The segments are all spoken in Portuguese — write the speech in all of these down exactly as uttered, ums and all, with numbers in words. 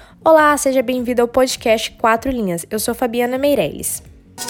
Olá, seja bem-vindo ao podcast Quatro Linhas. Eu sou Fabiana Meirelles.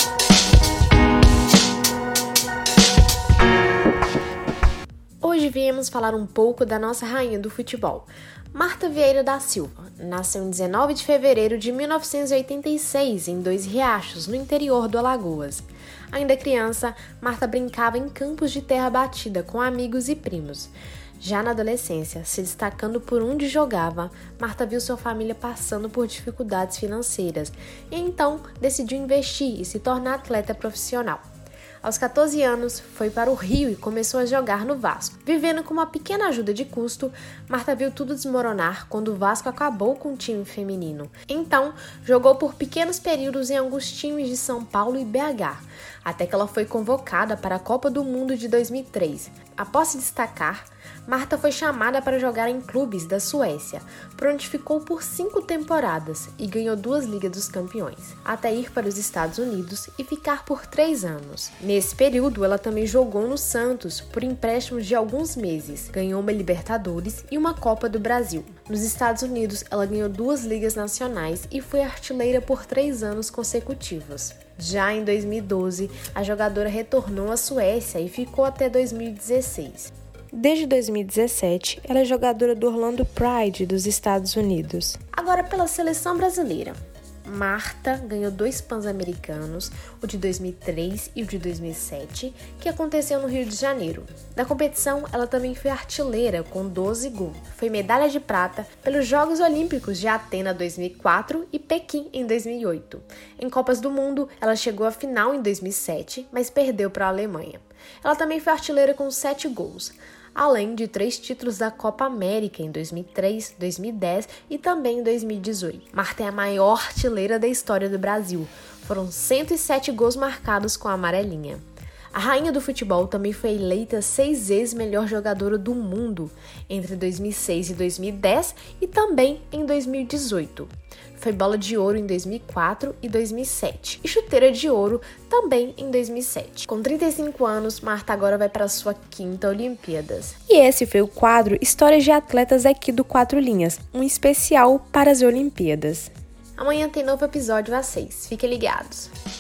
Hoje viemos falar um pouco da nossa rainha do futebol, Marta Vieira da Silva. Nasceu em dezenove de fevereiro de mil novecentos e oitenta e seis, em Dois Riachos, no interior do Alagoas. Ainda criança, Marta brincava em campos de terra batida com amigos e primos. Já na adolescência, se destacando por onde jogava, Marta viu sua família passando por dificuldades financeiras e então decidiu investir e se tornar atleta profissional. Aos catorze anos, foi para o Rio e começou a jogar no Vasco. Vivendo com uma pequena ajuda de custo, Marta viu tudo desmoronar quando o Vasco acabou com o time feminino. Então, jogou por pequenos períodos em alguns times de São Paulo e B H, até que ela foi convocada para a Copa do Mundo de dois mil e três. Após se destacar, Marta foi chamada para jogar em clubes da Suécia, por onde ficou por cinco temporadas e ganhou duas Ligas dos Campeões, até ir para os Estados Unidos e ficar por três anos. Nesse período, ela também jogou no Santos por empréstimos de alguns meses, ganhou uma Libertadores e uma Copa do Brasil. Nos Estados Unidos, ela ganhou duas Ligas Nacionais e foi artilheira por três anos consecutivos. Já em dois mil e doze, a jogadora retornou à Suécia e ficou até dois mil e dezesseis. Desde dois mil e dezessete, ela é jogadora do Orlando Pride dos Estados Unidos. Agora pela seleção brasileira. Marta ganhou dois Pan-Americanos, o de dois mil e três e o de dois mil e sete, que aconteceu no Rio de Janeiro. Na competição, ela também foi artilheira com doze gols. Foi medalha de prata pelos Jogos Olímpicos de Atena dois mil e quatro e Pequim em dois mil e oito. Em Copas do Mundo, ela chegou à final em dois mil e sete, mas perdeu para a Alemanha. Ela também foi artilheira com sete gols. Além de três títulos da Copa América em dois mil e três, dois mil e dez e também em dois mil e dezoito. Marta é a maior artilheira da história do Brasil. Foram cento e sete gols marcados com a amarelinha. A rainha do futebol também foi eleita seis vezes melhor jogadora do mundo entre dois mil e seis e dois mil e dez e também em dois mil e dezoito. Foi bola de ouro em dois mil e quatro e dois mil e sete e chuteira de ouro também em dois mil e sete. Com trinta e cinco anos, Marta agora vai para a sua quinta Olimpíadas. E esse foi o quadro Histórias de Atletas aqui do Quatro Linhas, um especial para as Olimpíadas. Amanhã tem novo episódio às seis. Fiquem ligados!